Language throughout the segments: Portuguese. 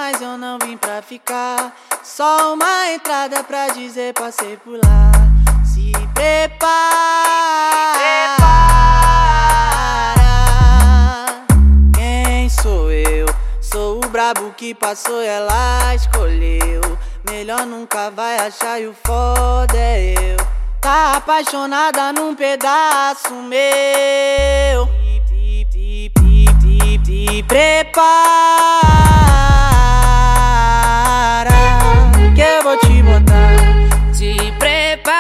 mas eu não vim pra ficar. Só uma entrada pra dizer passei por lá. Se prepara, quem sou eu? Sou o brabo que passou e ela escolheu. Melhor nunca vai achar e o foda é eu. Tá apaixonada num pedaço meu. Te prepara, que eu vou te botar. Te prepara,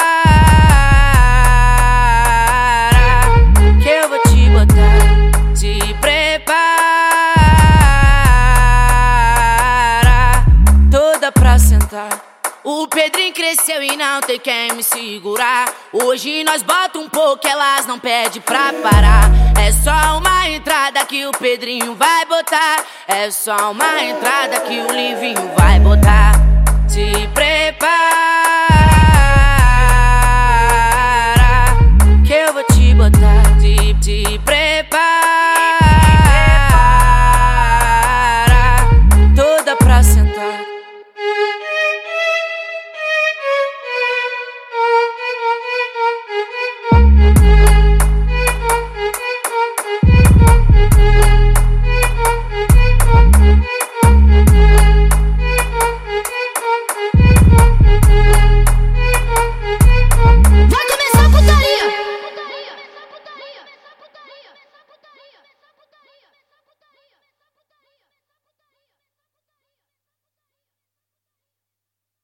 que eu vou te botar. Te prepara, toda pra sentar. O Pedrinho cresceu e não tem quem me segurar. Hoje nós bota um pouco, elas não pedem pra parar. É só uma entrada que o Pedrinho vai botar. É só uma entrada que o Livinho vai botar. Te prepara, que eu vou te botar.